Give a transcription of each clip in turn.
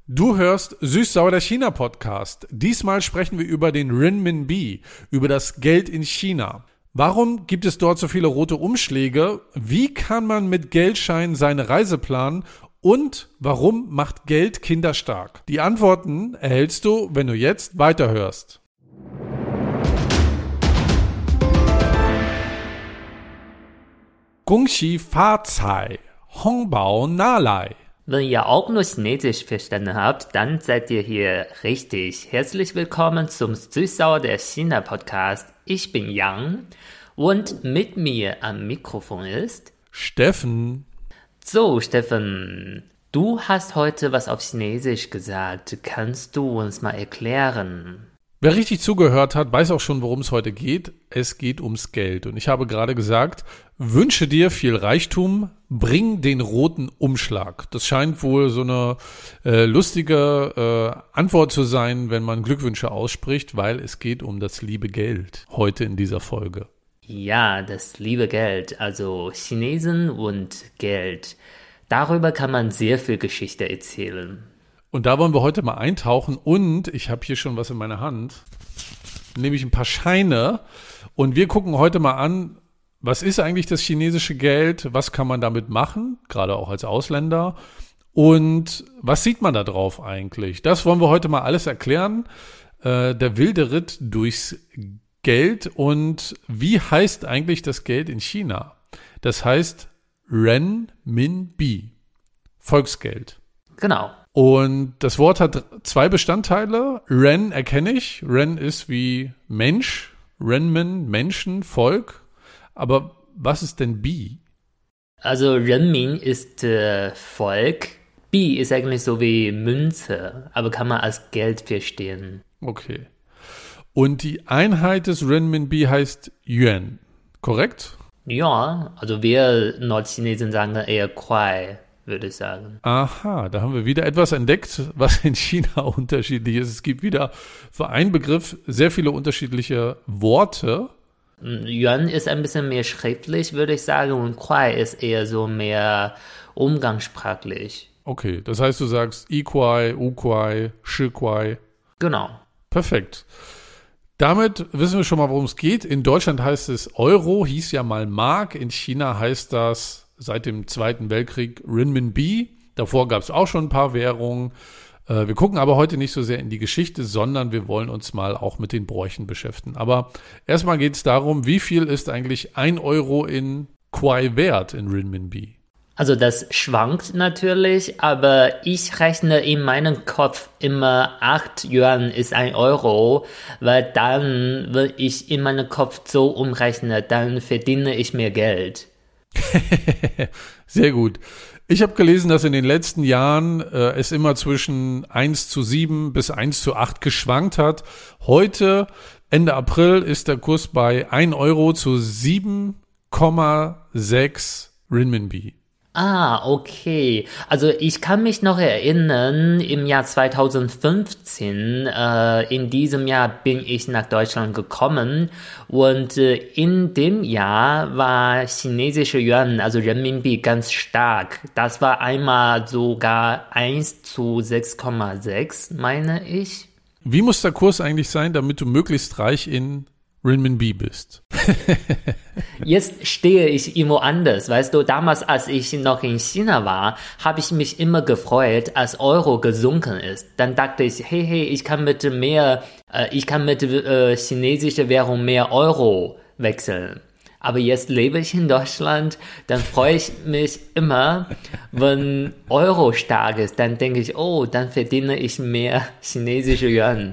Du hörst Süß-Sauer der China-Podcast. Diesmal sprechen wir über den Renminbi, über das Geld in China. Warum gibt es dort so viele rote Umschläge? Wie kann man mit Geldscheinen seine Reise planen? Und warum macht Geld Kinder stark? Die Antworten erhältst du, wenn du jetzt weiterhörst. Gongxi Fa Cai, Hongbao Nalai. Wenn ihr auch nur Chinesisch verstanden habt, dann seid ihr hier richtig. Herzlich willkommen zum Süß-Sauer der China-Podcast. Ich bin Yang und mit mir am Mikrofon ist Steffen. So, Steffen, du hast heute was auf Chinesisch gesagt. Kannst du uns mal erklären? Wer richtig zugehört hat, weiß auch schon, worum es heute geht. Es geht ums Geld. Und ich habe gerade gesagt, wünsche dir viel Reichtum, bring den roten Umschlag. Das scheint wohl so eine lustige Antwort zu sein, wenn man Glückwünsche ausspricht, weil es geht um das liebe Geld heute in dieser Folge. Ja, das liebe Geld, also Chinesen und Geld. Darüber kann man sehr viel Geschichte erzählen. Und da wollen wir heute mal eintauchen und ich habe hier schon was in meiner Hand, nämlich ein paar Scheine und wir gucken heute mal an, was ist eigentlich das chinesische Geld, was kann man damit machen, gerade auch als Ausländer und was sieht man da drauf eigentlich? Das wollen wir heute mal alles erklären, der wilde Ritt durchs Geld und wie heißt eigentlich das Geld in China? Das heißt Renminbi, Volksgeld. Genau. Und das Wort hat zwei Bestandteile. Ren erkenne ich. Ren ist wie Mensch. Renmin, Menschen, Volk. Aber was ist denn Bi? Also Renmin ist Volk. Bi ist eigentlich so wie Münze, aber kann man als Geld verstehen. Okay. Und die Einheit des Renminbi heißt Yuan, korrekt? Ja, also wir Nordchinesen sagen dann eher Kuai, würde ich sagen. Aha, da haben wir wieder etwas entdeckt, was in China unterschiedlich ist. Es gibt wieder für einen Begriff sehr viele unterschiedliche Worte. Yuan ist ein bisschen mehr schriftlich, würde ich sagen, und Kuai ist eher so mehr umgangssprachlich. Okay, das heißt, du sagst I-Kuai, U-Kuai, Shi-Kuai. Genau. Perfekt. Damit wissen wir schon mal, worum es geht. In Deutschland heißt es Euro, hieß ja mal Mark. In China heißt das seit dem Zweiten Weltkrieg Renminbi. Davor gab es auch schon ein paar Währungen. Wir gucken aber heute nicht so sehr in die Geschichte, sondern wir wollen uns mal auch mit den Bräuchen beschäftigen. Aber erstmal geht es darum, wie viel ist eigentlich 1 Euro in Kuai wert in Renminbi? Also das schwankt natürlich, aber ich rechne in meinem Kopf immer 8 Yuan ist 1 Euro, weil dann, wenn ich in meinem Kopf so umrechne, dann verdiene ich mehr Geld. Sehr gut. Ich habe gelesen, dass in den letzten Jahren es immer zwischen 1:7 bis 1:8 geschwankt hat. Heute, Ende April, ist der Kurs bei 1 Euro zu 7,6 Renminbi. Ah, okay. Also ich kann mich noch erinnern, im Jahr 2015, in diesem Jahr bin ich nach Deutschland gekommen und in dem Jahr war chinesische Yuan, also Renminbi, ganz stark. Das war einmal sogar 1:6,6, meine ich. Wie muss der Kurs eigentlich sein, damit du möglichst reich in Renminbi bist? Jetzt stehe ich irgendwo anders, weißt du, damals, als ich noch in China war, habe ich mich immer gefreut, als Euro gesunken ist. Dann dachte ich, hey, ich kann mit chinesischer Währung mehr Euro wechseln. Aber jetzt lebe ich in Deutschland, dann freue ich mich immer, wenn Euro stark ist, dann denke ich, oh, dann verdiene ich mehr chinesische Yuan.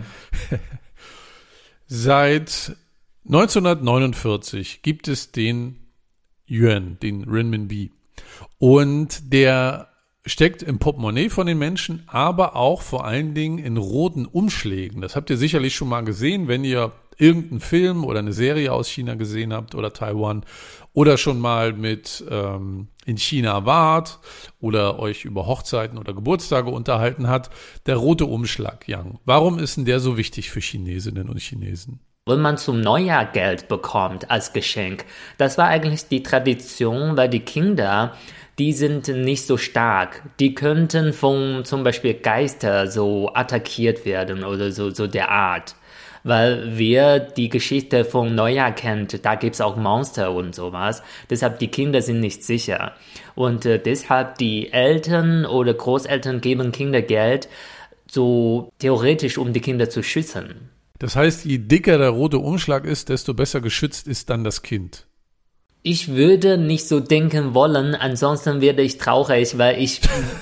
Seit 1949 gibt es den Yuan, den Renminbi. Und der steckt im Portemonnaie von den Menschen, aber auch vor allen Dingen in roten Umschlägen. Das habt ihr sicherlich schon mal gesehen, wenn ihr irgendeinen Film oder eine Serie aus China gesehen habt oder Taiwan oder schon mal mit in China wart oder euch über Hochzeiten oder Geburtstage unterhalten hat. Der rote Umschlag, Yang. Warum ist denn der so wichtig für Chinesinnen und Chinesen? Wenn man zum Neujahr Geld bekommt als Geschenk, das war eigentlich die Tradition, weil die Kinder, die sind nicht so stark. Die könnten von zum Beispiel Geister so attackiert werden oder so der Art. Weil wer die Geschichte von Neujahr kennt, da gibt's auch Monster und sowas. Deshalb die Kinder sind nicht sicher. Und deshalb die Eltern oder Großeltern geben Kinder Geld, so theoretisch, um die Kinder zu schützen. Das heißt, je dicker der rote Umschlag ist, desto besser geschützt ist dann das Kind. Ich würde nicht so denken wollen, ansonsten werde ich traurig, weil ich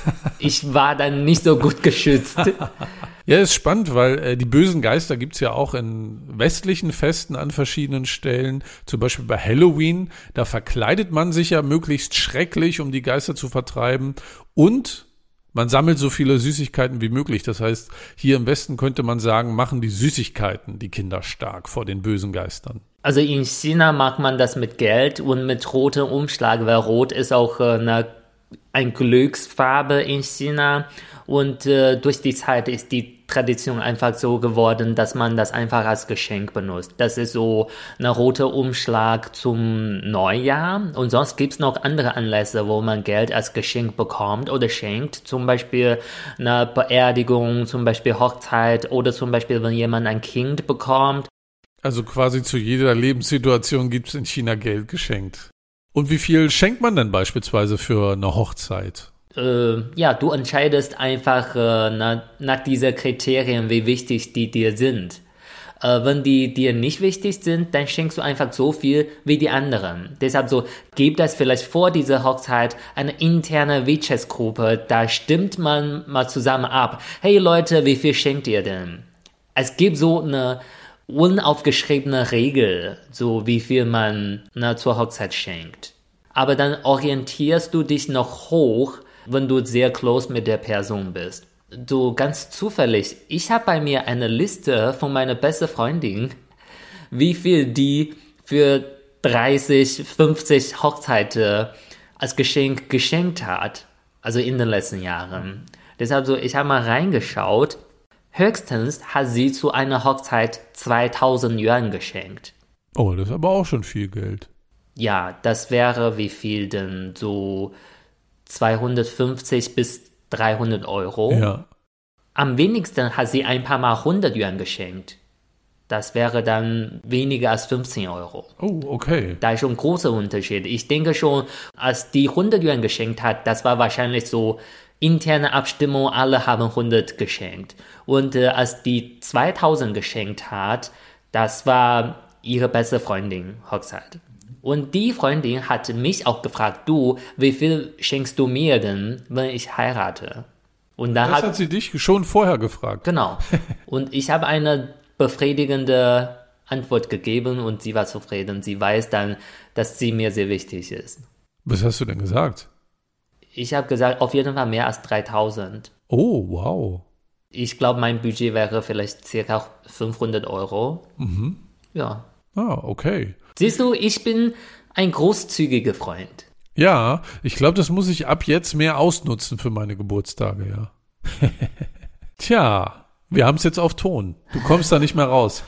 war dann nicht so gut geschützt. Ja, ist spannend, weil die bösen Geister gibt's ja auch in westlichen Festen an verschiedenen Stellen. Zum Beispiel bei Halloween, da verkleidet man sich ja möglichst schrecklich, um die Geister zu vertreiben. Und man sammelt so viele Süßigkeiten wie möglich. Das heißt, hier im Westen könnte man sagen, machen die Süßigkeiten die Kinder stark vor den bösen Geistern. Also in China macht man das mit Geld und mit rotem Umschlag, weil Rot ist auch ein Glücksfarbe in China. Und durch die Zeit ist die Tradition einfach so geworden, dass man das einfach als Geschenk benutzt. Das ist so ein roter Umschlag zum Neujahr. Und sonst gibt's noch andere Anlässe, wo man Geld als Geschenk bekommt oder schenkt. Zum Beispiel eine Beerdigung, zum Beispiel Hochzeit oder zum Beispiel, wenn jemand ein Kind bekommt. Also quasi zu jeder Lebenssituation gibt's in China Geld geschenkt. Und wie viel schenkt man denn beispielsweise für eine Hochzeit? Ja, du entscheidest einfach nach diesen Kriterien, wie wichtig die dir sind. Wenn die dir nicht wichtig sind, dann schenkst du einfach so viel wie die anderen. Deshalb so, gib das vielleicht vor dieser Hochzeit eine interne WeChat-Gruppe, da stimmt man mal zusammen ab. Hey Leute, wie viel schenkt ihr denn? Es gibt so eine unaufgeschriebene Regel, so wie viel man zur Hochzeit schenkt. Aber dann orientierst du dich noch hoch, wenn du sehr close mit der Person bist. So ganz zufällig, ich habe bei mir eine Liste von meiner besten Freundin, wie viel die für 30, 50 Hochzeiten als Geschenk geschenkt hat. Also in den letzten Jahren. Deshalb so, ich habe mal reingeschaut. Höchstens hat sie zu einer Hochzeit 2000 Yuan geschenkt. Oh, das ist aber auch schon viel Geld. Ja, das wäre wie viel denn? So 250 bis 300 Euro. Ja. Am wenigsten hat sie ein paar Mal 100 Yuan geschenkt. Das wäre dann weniger als 15 Euro. Oh, okay. Da ist schon ein großer Unterschied. Ich denke schon, als die 100 Yuan geschenkt hat, das war wahrscheinlich so interne Abstimmung, alle haben 100 geschenkt. Und als die 2000 geschenkt hat, das war ihre beste Freundin Hochzeit. Und die Freundin hat mich auch gefragt, du, wie viel schenkst du mir denn, wenn ich heirate? Und da das hat sie dich schon vorher gefragt. Genau. Und ich habe eine befriedigende Antwort gegeben und sie war zufrieden. Sie weiß dann, dass sie mir sehr wichtig ist. Was hast du denn gesagt? Ich habe gesagt, auf jeden Fall mehr als 3000. Oh, wow. Ich glaube, mein Budget wäre vielleicht circa 500 Euro. Mhm. Ja. Ah, okay. Siehst du, ich bin ein großzügiger Freund. Ja, ich glaube, das muss ich ab jetzt mehr ausnutzen für meine Geburtstage, ja. Tja, wir haben es jetzt auf Ton. Du kommst da nicht mehr raus.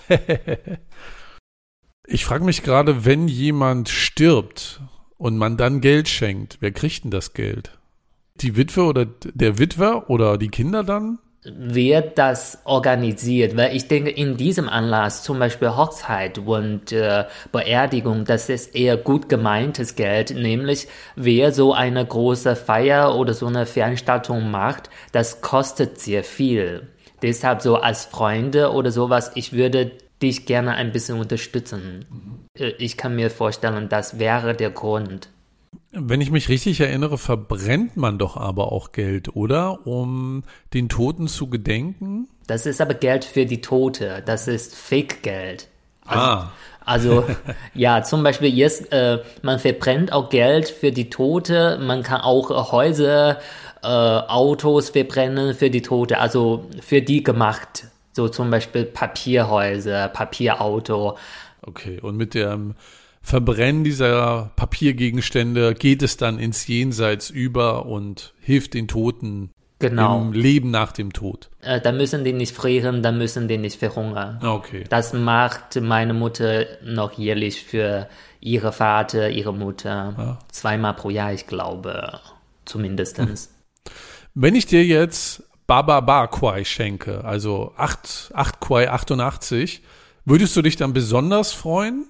Ich frage mich gerade, wenn jemand stirbt und man dann Geld schenkt, wer kriegt denn das Geld? Die Witwe oder der Witwer oder die Kinder dann? Wer das organisiert, weil ich denke, in diesem Anlass, zum Beispiel Hochzeit und Beerdigung, das ist eher gut gemeintes Geld, nämlich wer so eine große Feier oder so eine Veranstaltung macht, das kostet sehr viel. Deshalb so als Freunde oder sowas, ich würde dich gerne ein bisschen unterstützen. Ich kann mir vorstellen, das wäre der Grund. Wenn ich mich richtig erinnere, verbrennt man doch aber auch Geld, oder? Um den Toten zu gedenken? Das ist aber Geld für die Tote. Das ist Fake-Geld. Also, ja, zum Beispiel jetzt, man verbrennt auch Geld für die Tote. Man kann auch Häuser, Autos verbrennen für die Tote. Also für die gemacht. So zum Beispiel Papierhäuser, Papierauto. Okay, und mit dem Verbrennen dieser Papiergegenstände geht es dann ins Jenseits über und hilft den Toten im Leben nach dem Tod. Da müssen die nicht frieren, da müssen die nicht verhungern. Okay. Das macht meine Mutter noch jährlich für ihre Vater, ihre Mutter. 2-mal pro Jahr, ich glaube. zumindestens. Wenn ich dir jetzt Baba Kwai schenke, also 8 Kwai 88, würdest du dich dann besonders freuen?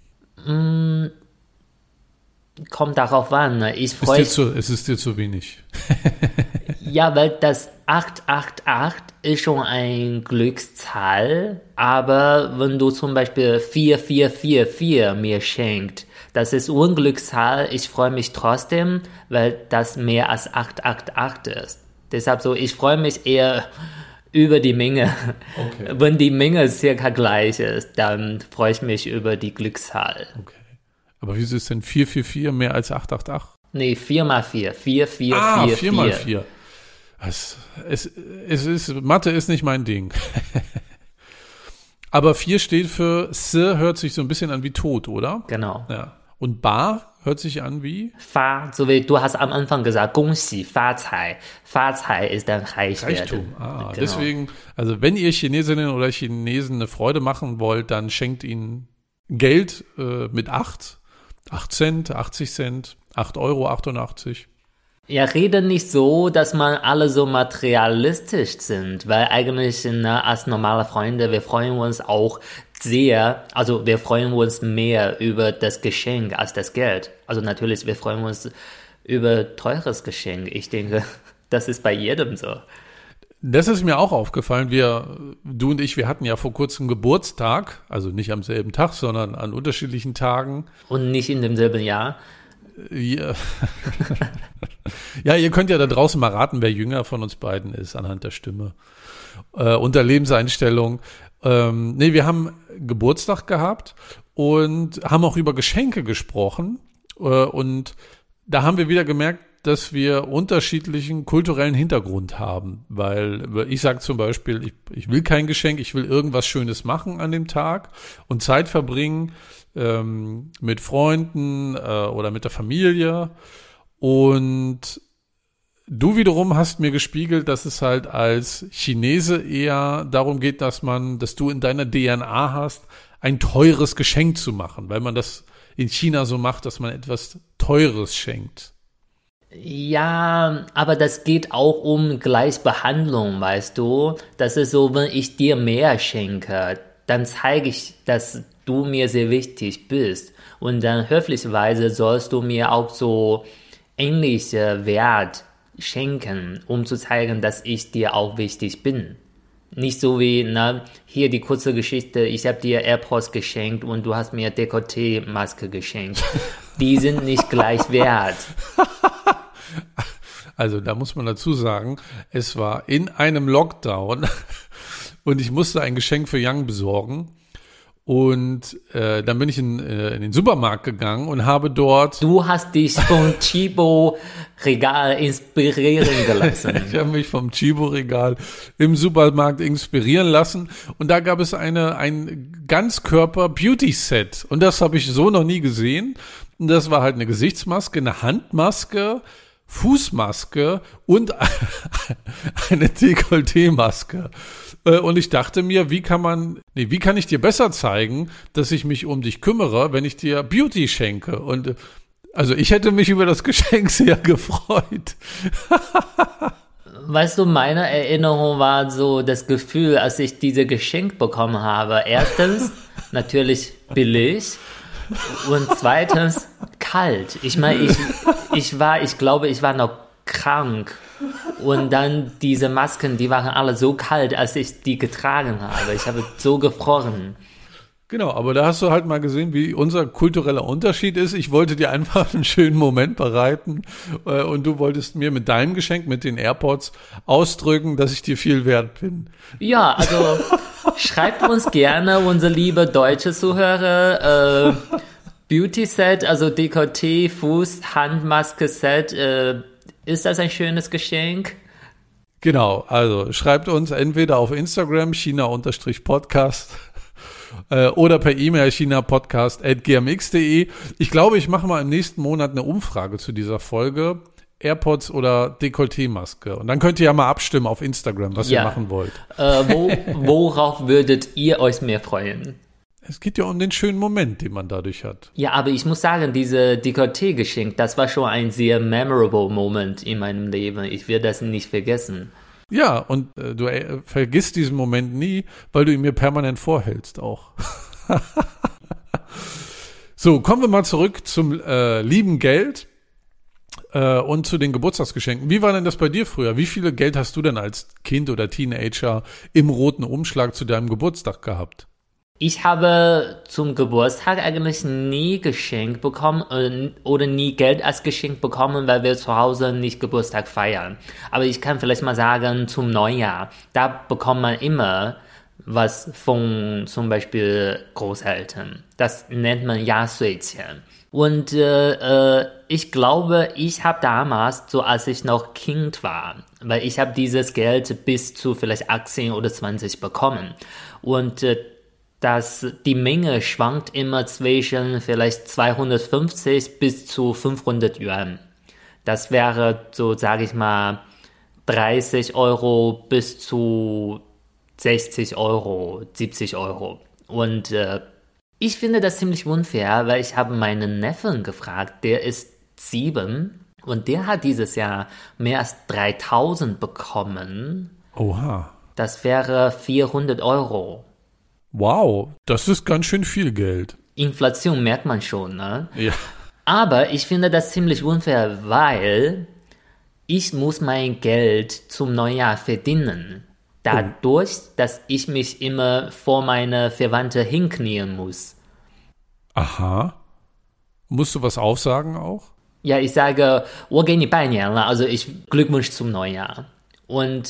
Kommt darauf an. Ne? Es ist dir zu wenig. Ja, weil das 888 ist schon ein Glückszahl, aber wenn du zum Beispiel 4444 mir schenkst, das ist Unglückszahl, ich freue mich trotzdem, weil das mehr als 888 ist. Deshalb so, ich freue mich eher über die Menge. Okay. Wenn die Menge circa gleich ist, dann freue ich mich über die Glückszahl. Okay. Aber wieso ist denn 444 mehr als 888? Nee, 4 mal 4. 4, 4, 4, 4 mal 4. Mathe ist nicht mein Ding. Aber 4 steht für Se, hört sich so ein bisschen an wie Tod, oder? Genau. Ja. Und Ba hört sich an wie? Fa, so wie du hast am Anfang gesagt, Gongxi, Fa-Cai. Fa-Cai ist dann Reichtum. Genau. Deswegen, also wenn ihr Chinesinnen oder Chinesen eine Freude machen wollt, dann schenkt ihnen Geld mit 8 Cent, 80 Cent, 8,88 €. Ja, rede nicht so, dass man alle so materialistisch sind, weil eigentlich als normale Freunde, wir freuen uns auch sehr, also wir freuen uns mehr über das Geschenk als das Geld. Also natürlich, wir freuen uns über teures Geschenk. Ich denke, das ist bei jedem so. Das ist mir auch aufgefallen. Du und ich, wir hatten ja vor kurzem Geburtstag, also nicht am selben Tag, sondern an unterschiedlichen Tagen. Und nicht in demselben Jahr. Ja. Ja, ihr könnt ja da draußen mal raten, wer jünger von uns beiden ist, anhand der Stimme. Und der Lebenseinstellung. Wir haben Geburtstag gehabt und haben auch über Geschenke gesprochen. Und da haben wir wieder gemerkt, dass wir unterschiedlichen kulturellen Hintergrund haben. Weil ich sage zum Beispiel, ich will kein Geschenk, ich will irgendwas Schönes machen an dem Tag und Zeit verbringen mit Freunden oder mit der Familie. Und du wiederum hast mir gespiegelt, dass es halt als Chinese eher darum geht, dass du in deiner DNA hast, ein teures Geschenk zu machen, weil man das in China so macht, dass man etwas Teures schenkt. Ja, aber das geht auch um Gleichbehandlung, weißt du? Das ist so, wenn ich dir mehr schenke, dann zeige ich, dass du mir sehr wichtig bist. Und dann höflicherweise sollst du mir auch so ähnliche Wert schenken, um zu zeigen, dass ich dir auch wichtig bin. Nicht so wie, hier die kurze Geschichte, ich habe dir AirPods geschenkt und du hast mir Dekolleté-Maske geschenkt. Die sind nicht gleich wert. Also da muss man dazu sagen, es war in einem Lockdown und ich musste ein Geschenk für Yang besorgen. Und dann bin ich in den Supermarkt gegangen und habe dort... Du hast dich vom Chibo-Regal inspirieren gelassen. Ich habe mich vom Chibo-Regal im Supermarkt inspirieren lassen. Und da gab es ein Ganzkörper-Beauty-Set. Und das habe ich so noch nie gesehen. Und das war halt eine Gesichtsmaske, eine Handmaske, Fußmaske und eine Dekolleté-Maske. Und ich dachte mir, wie kann ich dir besser zeigen, dass ich mich um dich kümmere, wenn ich dir Beauty schenke? Und also ich hätte mich über das Geschenk sehr gefreut. Weißt du, meine Erinnerung war so das Gefühl, als ich diese Geschenk bekommen habe. Erstens, natürlich billig. Und zweitens, kalt. Ich meine, ich glaube, ich war noch krank. Und dann diese Masken, die waren alle so kalt, als ich die getragen habe. Ich habe so gefroren. Genau, aber da hast du halt mal gesehen, wie unser kultureller Unterschied ist. Ich wollte dir einfach einen schönen Moment bereiten und du wolltest mir mit deinem Geschenk, mit den AirPods, ausdrücken, dass ich dir viel wert bin. Ja, also schreibt uns gerne, unsere liebe deutsche Zuhörer, Beauty Set, also Dekolleté, Fuß, Handmaske Set, ist das ein schönes Geschenk? Genau, also schreibt uns entweder auf Instagram china_podcast oder per E-Mail chinapodcast@gmx.de. Ich glaube, ich mache mal im nächsten Monat eine Umfrage zu dieser Folge. AirPods oder Dekolleté-Maske. Und dann könnt ihr ja mal abstimmen auf Instagram, was ihr machen wollt. Worauf würdet ihr euch mehr freuen? Es geht ja um den schönen Moment, den man dadurch hat. Ja, aber ich muss sagen, diese Dekolleté-Geschenk, das war schon ein sehr memorable Moment in meinem Leben. Ich werde das nicht vergessen. Ja, und du vergisst diesen Moment nie, weil du ihn mir permanent vorhältst auch. So, kommen wir mal zurück zum lieben Geld und zu den Geburtstagsgeschenken. Wie war denn das bei dir früher? Wie viel Geld hast du denn als Kind oder Teenager im roten Umschlag zu deinem Geburtstag gehabt? Ich habe zum Geburtstag eigentlich nie Geschenk bekommen oder nie Geld als Geschenk bekommen, weil wir zu Hause nicht Geburtstag feiern. Aber ich kann vielleicht mal sagen, zum Neujahr, da bekommt man immer was von zum Beispiel Großeltern. Das nennt man Jahressuiqian. Und ich glaube, ich habe damals, so als ich noch Kind war, weil ich habe dieses Geld bis zu vielleicht 18 oder 20 bekommen. Und die Menge schwankt immer zwischen vielleicht 250 bis zu 500 Yuan. Das wäre so, sage ich mal, 30 Euro bis zu 60 Euro, 70 Euro. Und ich finde das ziemlich unfair, weil ich habe meinen Neffen gefragt, der ist 7 und der hat dieses Jahr mehr als 3000 bekommen. Oha. Das wäre 400 Euro. Wow, das ist ganz schön viel Geld. Inflation merkt man schon, ne? Ja. Aber ich finde das ziemlich unfair, weil ich muss mein Geld zum Neujahr verdienen. Dadurch, dass ich mich immer vor meine Verwandte hinknien muss. Aha. Musst du was aufsagen auch? Ja, ich sage, 我给你拜年了, also ich Glückwunsch zum Neujahr. Und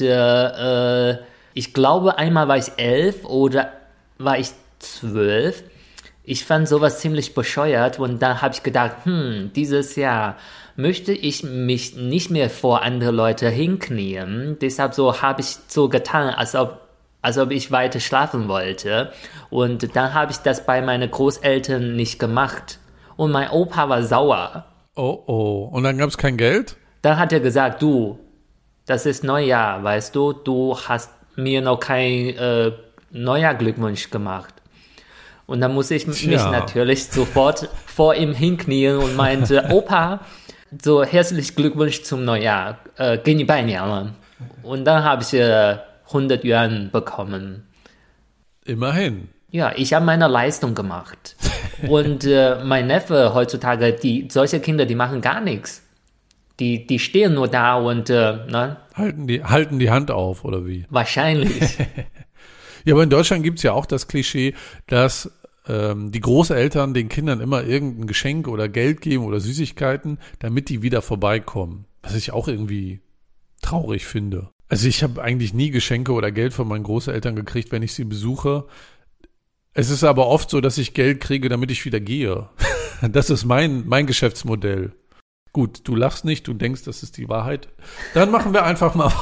ich glaube, einmal war ich 11 oder war ich 12. Ich fand sowas ziemlich bescheuert und dann habe ich gedacht, dieses Jahr möchte ich mich nicht mehr vor andere Leute hinknien. Deshalb so habe ich so getan, als ob ich weiter schlafen wollte. Und dann habe ich das bei meinen Großeltern nicht gemacht. Und mein Opa war sauer. Oh. Und dann gab es kein Geld? Dann hat er gesagt, du, das ist Neujahr, weißt du, du hast mir noch kein Neujahr-Glückwunsch gemacht. Und dann muss ich mich natürlich sofort vor ihm hinknien und meinte, Opa, so herzlichen Glückwunsch zum Neujahr, 给你拜年了. Und dann habe ich 100 Yuan bekommen. Immerhin. Ja, ich habe meine Leistung gemacht. Und mein Neffe heutzutage, solche Kinder, die machen gar nichts. Die stehen nur da und halten die Hand auf, oder wie? Wahrscheinlich. Ja, aber in Deutschland gibt's ja auch das Klischee, dass die Großeltern den Kindern immer irgendein Geschenk oder Geld geben oder Süßigkeiten, damit die wieder vorbeikommen. Was ich auch irgendwie traurig finde. Also ich habe eigentlich nie Geschenke oder Geld von meinen Großeltern gekriegt, wenn ich sie besuche. Es ist aber oft so, dass ich Geld kriege, damit ich wieder gehe. Das ist mein Geschäftsmodell. Gut, du lachst nicht, du denkst, das ist die Wahrheit. Dann machen wir einfach mal.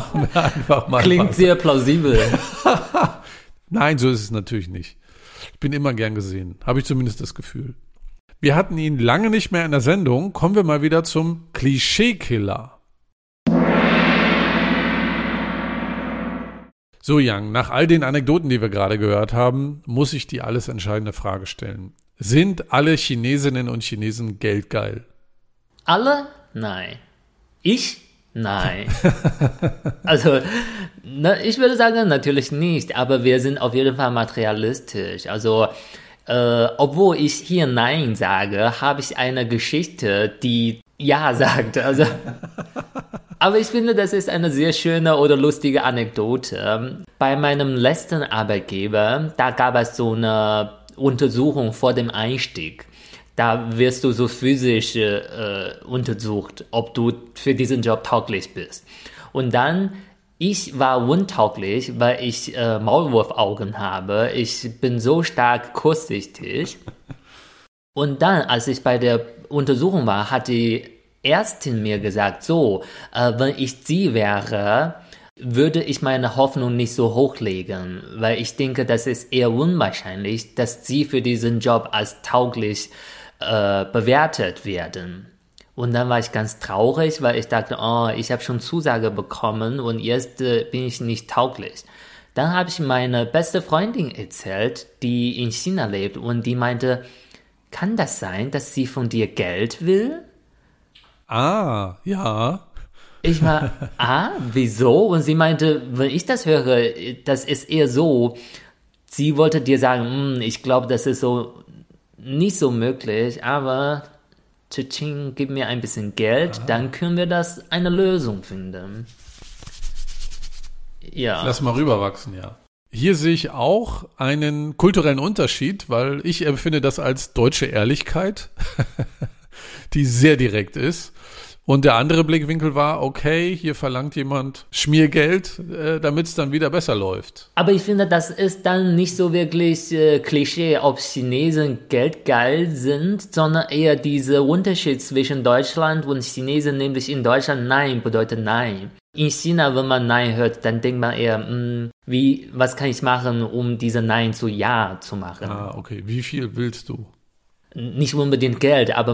Klingt sehr plausibel. Nein, so ist es natürlich nicht. Ich bin immer gern gesehen, habe ich zumindest das Gefühl. Wir hatten ihn lange nicht mehr in der Sendung. Kommen wir mal wieder zum Klischeekiller. So, Yang, nach all den Anekdoten, die wir gerade gehört haben, muss ich die alles entscheidende Frage stellen. Sind alle Chinesinnen und Chinesen geldgeil? Alle? Nein. Ich? Nein. Also, ich würde sagen, natürlich nicht, aber wir sind auf jeden Fall materialistisch. Also, obwohl ich hier Nein sage, habe ich eine Geschichte, die Ja sagt. Also, aber ich finde, das ist eine sehr schöne oder lustige Anekdote. Bei meinem letzten Arbeitgeber, da gab es so eine Untersuchung vor dem Einstieg. Da wirst du so physisch untersucht, ob du für diesen Job tauglich bist. Und dann, ich war untauglich, weil ich Maulwurfaugen habe. Ich bin so stark kurzsichtig. Und dann, als ich bei der Untersuchung war, hat die Ärztin mir gesagt, so, wenn ich sie wäre, würde ich meine Hoffnung nicht so hochlegen, weil ich denke, das ist eher unwahrscheinlich, dass sie für diesen Job als tauglich bewertet werden. Und dann war ich ganz traurig, weil ich dachte, ich habe schon Zusage bekommen und jetzt bin ich nicht tauglich. Dann habe ich meine beste Freundin erzählt, die in China lebt und die meinte, kann das sein, dass sie von dir Geld will? Ah, ja. Ich war, wieso? Und sie meinte, wenn ich das höre, das ist eher so, sie wollte dir sagen, ich glaube, das ist so nicht so möglich, aber Tsching, gib mir ein bisschen Geld, dann können wir das eine Lösung finden. Ja. Lass mal rüberwachsen, ja. Hier sehe ich auch einen kulturellen Unterschied, weil ich empfinde das als deutsche Ehrlichkeit, die sehr direkt ist. Und der andere Blickwinkel war, okay, hier verlangt jemand Schmiergeld, damit es dann wieder besser läuft. Aber ich finde, das ist dann nicht so wirklich Klischee, ob Chinesen geldgeil sind, sondern eher dieser Unterschied zwischen Deutschland und Chinesen, nämlich in Deutschland Nein bedeutet Nein. In China, wenn man Nein hört, dann denkt man eher, was kann ich machen, um diese Nein zu Ja zu machen? Ah, okay. Wie viel willst du? Nicht unbedingt Geld, aber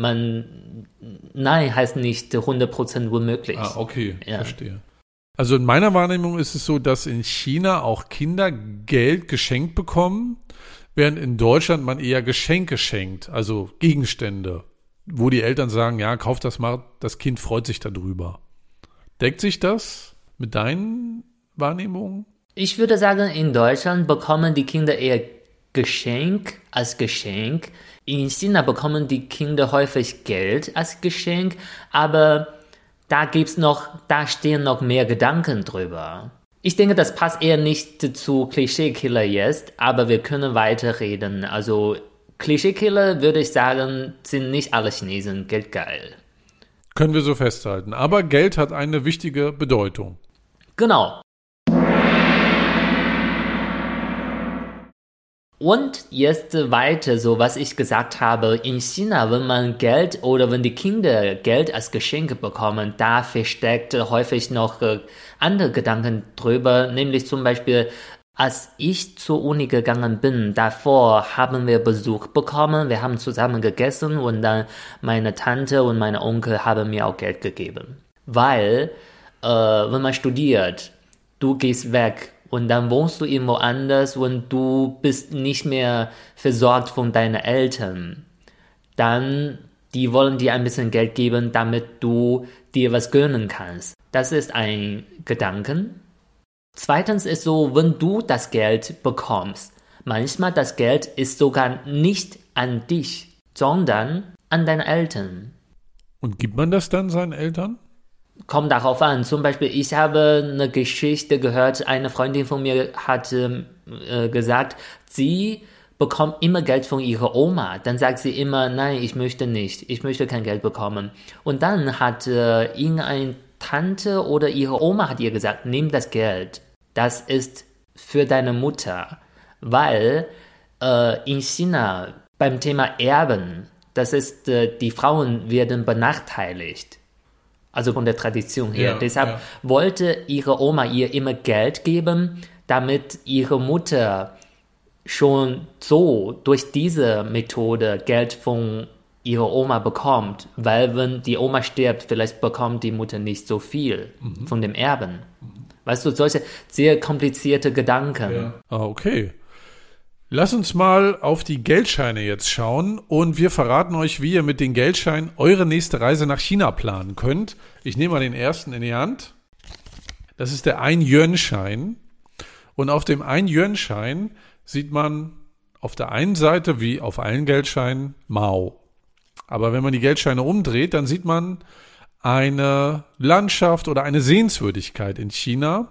Nein heißt nicht 100% unmöglich. Ah, okay, verstehe. Also in meiner Wahrnehmung ist es so, dass in China auch Kinder Geld geschenkt bekommen, während in Deutschland man eher Geschenke schenkt, also Gegenstände, wo die Eltern sagen, ja, kauf das mal, das Kind freut sich darüber. Deckt sich das mit deinen Wahrnehmungen? Ich würde sagen, in Deutschland bekommen die Kinder eher Geschenk als Geschenk. In China bekommen die Kinder häufig Geld als Geschenk, aber da stehen noch mehr Gedanken drüber. Ich denke, das passt eher nicht zu Klischeekiller jetzt, aber wir können weiterreden. Also Klischeekiller, würde ich sagen, sind nicht alle Chinesen geldgeil. Können wir so festhalten. Aber Geld hat eine wichtige Bedeutung. Genau. Und jetzt weiter, so was ich gesagt habe, in China, wenn man Geld oder wenn die Kinder Geld als Geschenk bekommen, da versteckt häufig noch andere Gedanken drüber, nämlich zum Beispiel, als ich zur Uni gegangen bin, davor haben wir Besuch bekommen, wir haben zusammen gegessen und dann meine Tante und meine Onkel haben mir auch Geld gegeben. Weil, wenn man studiert, du gehst weg, und dann wohnst du irgendwo anders und du bist nicht mehr versorgt von deinen Eltern. Dann, die wollen dir ein bisschen Geld geben, damit du dir was gönnen kannst. Das ist ein Gedanken. Zweitens ist so, wenn du das Geld bekommst, manchmal das Geld ist sogar nicht an dich, sondern an deine Eltern. Und gibt man das dann seinen Eltern? Kommt darauf an. Zum Beispiel, ich habe eine Geschichte gehört, eine Freundin von mir hat gesagt, sie bekommt immer Geld von ihrer Oma. Dann sagt sie immer, nein, ich möchte nicht, ich möchte kein Geld bekommen. Und dann hat irgendeine Tante oder ihre Oma hat ihr gesagt, nimm das Geld, das ist für deine Mutter. Weil in China beim Thema Erben, das ist, die Frauen werden benachteiligt. Also von der Tradition her. Ja, Deshalb wollte ihre Oma ihr immer Geld geben, damit ihre Mutter schon so durch diese Methode Geld von ihrer Oma bekommt. Weil wenn die Oma stirbt, vielleicht bekommt die Mutter nicht so viel von dem Erben. Weißt du, solche sehr komplizierte Gedanken. Ja. Ah, okay. Lass uns mal auf die Geldscheine jetzt schauen und wir verraten euch, wie ihr mit den Geldscheinen eure nächste Reise nach China planen könnt. Ich nehme mal den ersten in die Hand. Das ist der 1-Yuan-Schein. Und auf dem 1-Yuan-Schein sieht man auf der einen Seite, wie auf allen Geldscheinen, Mao. Aber wenn man die Geldscheine umdreht, dann sieht man eine Landschaft oder eine Sehenswürdigkeit in China.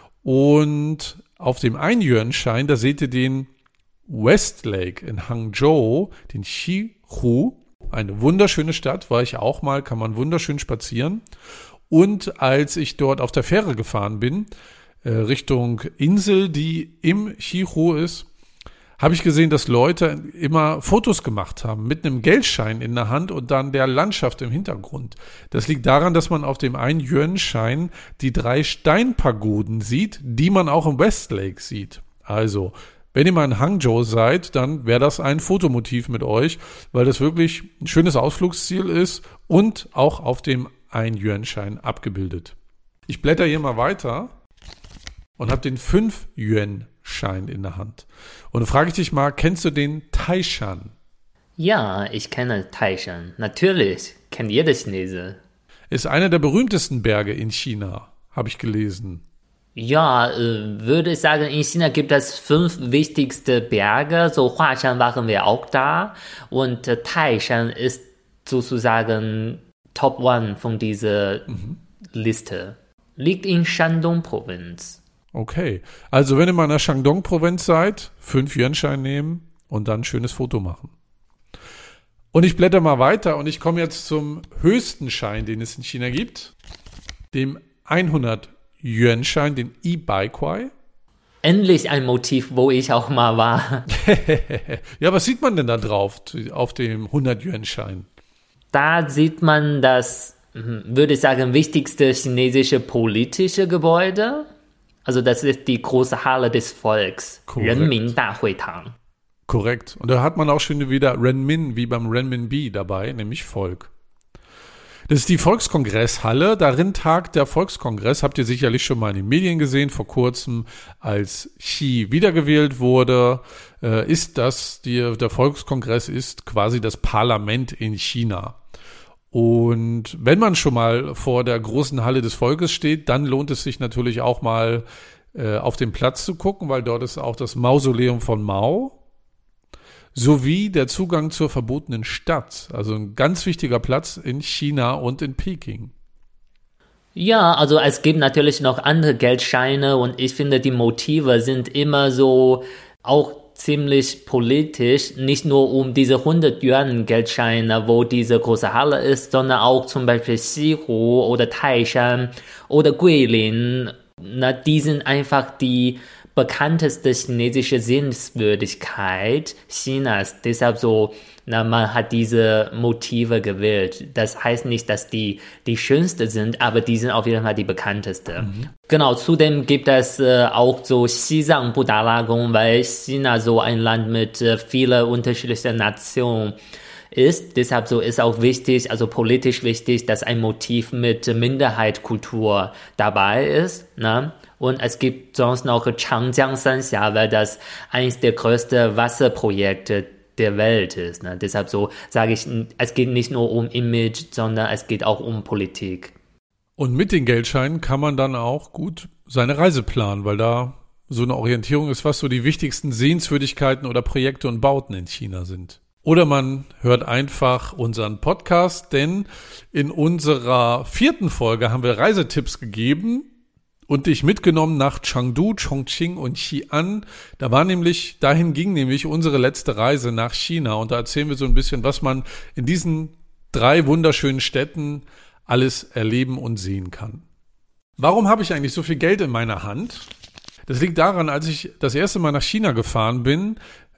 Und auf dem 1-Yuan-Schein, da seht ihr den Westlake in Hangzhou, den Xihu, eine wunderschöne Stadt, war ich auch mal, kann man wunderschön spazieren. Und als ich dort auf der Fähre gefahren bin, Richtung Insel, die im Xihu ist, habe ich gesehen, dass Leute immer Fotos gemacht haben mit einem Geldschein in der Hand und dann der Landschaft im Hintergrund. Das liegt daran, dass man auf dem 1-Yuan-Schein die 3 Steinpagoden sieht, die man auch im Westlake sieht. Also, wenn ihr mal in Hangzhou seid, dann wäre das ein Fotomotiv mit euch, weil das wirklich ein schönes Ausflugsziel ist und auch auf dem 1-Yuan-Schein abgebildet. Ich blätter hier mal weiter. und habe den 5-Yuan-Schein in der Hand. Und da frage ich dich mal, kennst du den Taishan? Ja, ich kenne Taishan. Natürlich, kennt jeder Chinese. Ist einer der berühmtesten Berge in China, habe ich gelesen. Ja, würde ich sagen, in China gibt es 5 wichtigste Berge. So Huashan waren wir auch da. Und Taishan ist sozusagen Top 1 von dieser Liste. Liegt in Shandong-Provinz. Okay, also wenn ihr mal in der Shandong-Provinz seid, 5-Yuan-Schein nehmen und dann ein schönes Foto machen. Und ich blätter mal weiter und ich komme jetzt zum höchsten Schein, den es in China gibt, dem 100-Yuan-Schein, den Yi-Baikwai. Endlich ein Motiv, wo ich auch mal war. Ja, was sieht man denn da drauf, auf dem 100-Yuan-Schein? Da sieht man das, würde ich sagen, wichtigste chinesische politische Gebäude. Also das ist die große Halle des Volks, Korrekt. Renmin-Dahuitang. Korrekt. Und da hat man auch schon wieder Renmin wie beim Renminbi dabei, nämlich Volk. Das ist die Volkskongresshalle. Darin tagt der Volkskongress. Habt ihr sicherlich schon mal in den Medien gesehen. Vor kurzem, als Xi wiedergewählt wurde, der Volkskongress ist quasi das Parlament in China. Und wenn man schon mal vor der großen Halle des Volkes steht, dann lohnt es sich natürlich auch mal auf den Platz zu gucken, weil dort ist auch das Mausoleum von Mao sowie der Zugang zur verbotenen Stadt. Also ein ganz wichtiger Platz in China und in Peking. Ja, also es gibt natürlich noch andere Geldscheine und ich finde, die Motive sind immer so auch ziemlich politisch, nicht nur um diese 100-Yuan-Geldscheine, wo diese große Halle ist, sondern auch zum Beispiel Xihu oder Taishan oder Guilin. Na, die sind einfach die bekannteste chinesische Sehenswürdigkeit Chinas. Deshalb man hat diese Motive gewählt. Das heißt nicht, dass die schönste sind, aber die sind auf jeden Fall die bekannteste. Genau, zudem gibt es auch so Xizang Budala-Gong, weil China so ein Land mit vielen unterschiedlichen Nationen ist. Deshalb ist auch wichtig, also politisch wichtig, dass ein Motiv mit Minderheitskultur dabei ist, ne? Und es gibt sonst noch Changjiang Sanxia, weil das eines der größten Wasserprojekte der Welt ist, ne? Deshalb sage ich, es geht nicht nur um Image, sondern es geht auch um Politik. Und mit den Geldscheinen kann man dann auch gut seine Reise planen, weil da so eine Orientierung ist, was so die wichtigsten Sehenswürdigkeiten oder Projekte und Bauten in China sind. Oder man hört einfach unseren Podcast, denn in unserer 4. Folge haben wir Reisetipps gegeben und dich mitgenommen nach Chengdu, Chongqing und Xi'an. Dahin ging nämlich unsere letzte Reise nach China und da erzählen wir so ein bisschen, was man in diesen 3 wunderschönen Städten alles erleben und sehen kann. Warum habe ich eigentlich so viel Geld in meiner Hand? Das liegt daran, als ich das erste Mal nach China gefahren bin,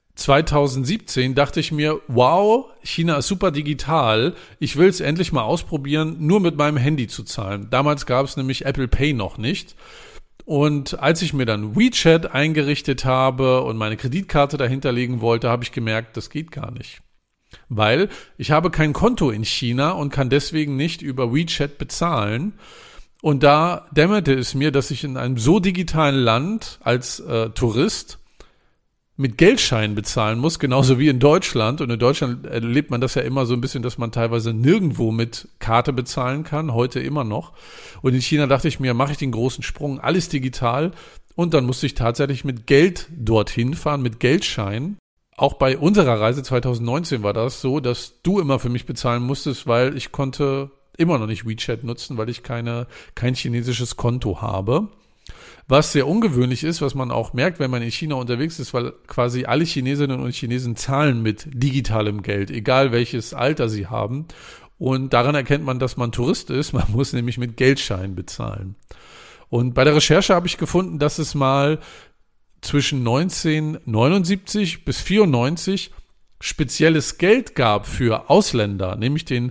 2017, dachte ich mir, wow, China ist super digital. Ich will es endlich mal ausprobieren, nur mit meinem Handy zu zahlen. Damals gab es nämlich Apple Pay noch nicht. Und als ich mir dann WeChat eingerichtet habe und meine Kreditkarte dahinterlegen wollte, habe ich gemerkt, das geht gar nicht. Weil ich habe kein Konto in China und kann deswegen nicht über WeChat bezahlen. Und da dämmerte es mir, dass ich in einem so digitalen Land als Tourist mit Geldscheinen bezahlen muss, genauso wie in Deutschland. Und in Deutschland erlebt man das ja immer so ein bisschen, dass man teilweise nirgendwo mit Karte bezahlen kann, heute immer noch. Und in China dachte ich mir, mache ich den großen Sprung, alles digital. Und dann musste ich tatsächlich mit Geld dorthin fahren, mit Geldscheinen. Auch bei unserer Reise 2019 war das so, dass du immer für mich bezahlen musstest, weil ich konnte immer noch nicht WeChat nutzen, weil ich kein chinesisches Konto habe. Was sehr ungewöhnlich ist, was man auch merkt, wenn man in China unterwegs ist, weil quasi alle Chinesinnen und Chinesen zahlen mit digitalem Geld, egal welches Alter sie haben. Und daran erkennt man, dass man Tourist ist. Man muss nämlich mit Geldscheinen bezahlen. Und bei der Recherche habe ich gefunden, dass es mal zwischen 1979 bis 94 spezielles Geld gab für Ausländer, nämlich den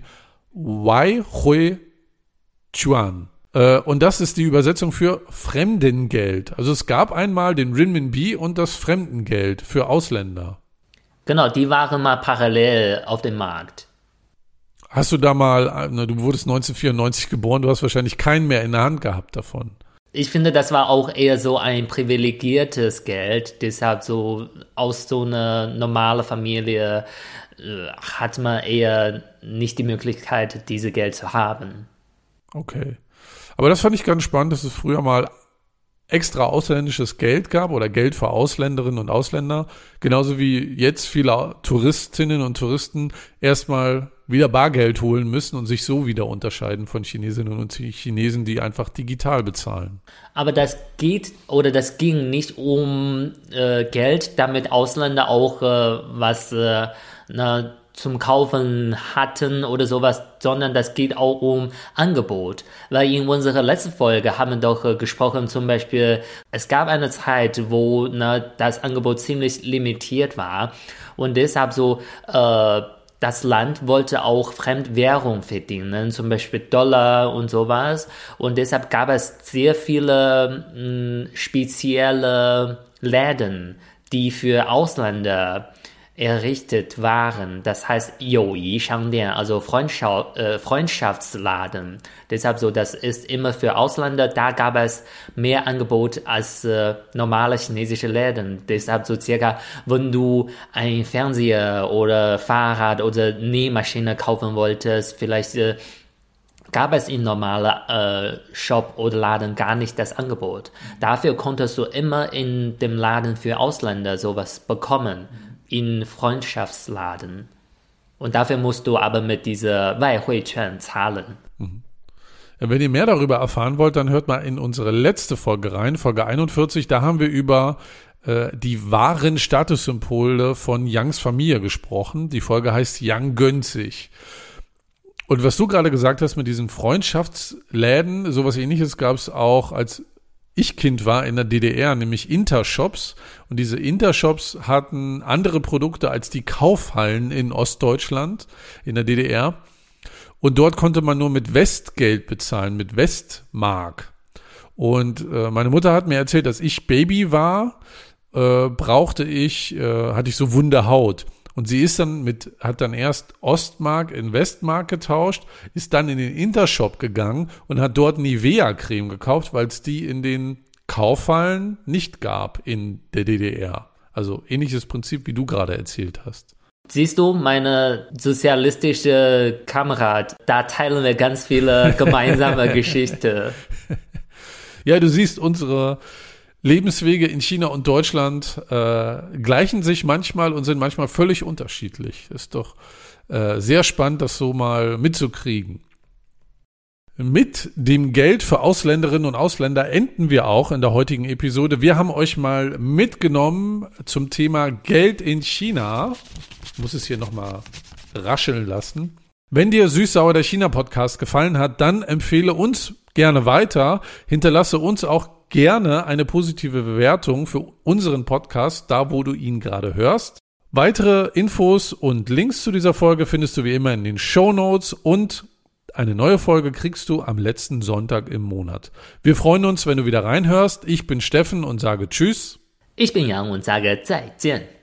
Waihui Chuan. Und das ist die Übersetzung für Fremdengeld. Also es gab einmal den Renminbi und das Fremdengeld für Ausländer. Genau, die waren mal parallel auf dem Markt. Hast du da mal, du wurdest 1994 geboren, du hast wahrscheinlich keinen mehr in der Hand gehabt davon. Ich finde, das war auch eher so ein privilegiertes Geld. Deshalb so aus so einer normalen Familie hat man eher nicht die Möglichkeit, diese Geld zu haben. Okay. Aber das fand ich ganz spannend, dass es früher mal extra ausländisches Geld gab oder Geld für Ausländerinnen und Ausländer. Genauso wie jetzt viele Touristinnen und Touristen erstmal wieder Bargeld holen müssen und sich so wieder unterscheiden von Chinesinnen und Chinesen, die einfach digital bezahlen. Aber das ging nicht um Geld, damit Ausländer auch was zum Kaufen hatten oder sowas, sondern das geht auch um Angebot. Weil in unserer letzten Folge haben wir doch gesprochen, zum Beispiel, es gab eine Zeit, wo das Angebot ziemlich limitiert war und deshalb so das Land wollte auch Fremdwährung verdienen, zum Beispiel Dollar und sowas. Und deshalb gab es sehr viele spezielle Läden, die für Ausländer errichtet waren. Das heißt Youyi Shangdian, also Freundschaftsladen. Deshalb so, das ist immer für Ausländer, da gab es mehr Angebot als normale chinesische Läden. Deshalb so circa, wenn du ein Fernseher oder Fahrrad oder Nähmaschine kaufen wolltest, vielleicht gab es in normaler Shop oder Laden gar nicht das Angebot. Dafür konntest du immer in dem Laden für Ausländer sowas bekommen. In Freundschaftsladen. Und dafür musst du aber mit dieser Waihui-Quan zahlen. Ja, wenn ihr mehr darüber erfahren wollt, dann hört mal in unsere letzte Folge rein, Folge 41. Da haben wir über die wahren Statussymbole von Yangs Familie gesprochen. Die Folge heißt Yang gönnt sich. Und was du gerade gesagt hast mit diesen Freundschaftsläden, sowas Ähnliches gab es auch, als ich Kind war in der DDR, nämlich Intershops. Und diese Intershops hatten andere Produkte als die Kaufhallen in Ostdeutschland, in der DDR. Und dort konnte man nur mit Westgeld bezahlen, mit Westmark. Und meine Mutter hat mir erzählt, dass ich Baby war, hatte ich so wunde Haut. Und sie hat dann erst Ostmark in Westmark getauscht, ist dann in den Intershop gegangen und hat dort Nivea-Creme gekauft, weil es die in den Kaufhallen nicht gab in der DDR. Also ähnliches Prinzip, wie du gerade erzählt hast. Siehst du, meine sozialistische Kamerad, da teilen wir ganz viele gemeinsame Geschichten. Ja, du siehst, unsere Lebenswege in China und Deutschland gleichen sich manchmal und sind manchmal völlig unterschiedlich. Ist doch sehr spannend, das so mal mitzukriegen. Mit dem Geld für Ausländerinnen und Ausländer enden wir auch in der heutigen Episode. Wir haben euch mal mitgenommen zum Thema Geld in China. Ich muss es hier nochmal rascheln lassen. Wenn dir Süß-Sauer der China-Podcast gefallen hat, dann empfehle uns gerne weiter. Hinterlasse uns auch gerne eine positive Bewertung für unseren Podcast, da wo du ihn gerade hörst. Weitere Infos und Links zu dieser Folge findest du wie immer in den Shownotes und eine neue Folge kriegst du am letzten Sonntag im Monat. Wir freuen uns, wenn du wieder reinhörst. Ich bin Steffen und sage Tschüss. Ich bin Yang und sage 再见.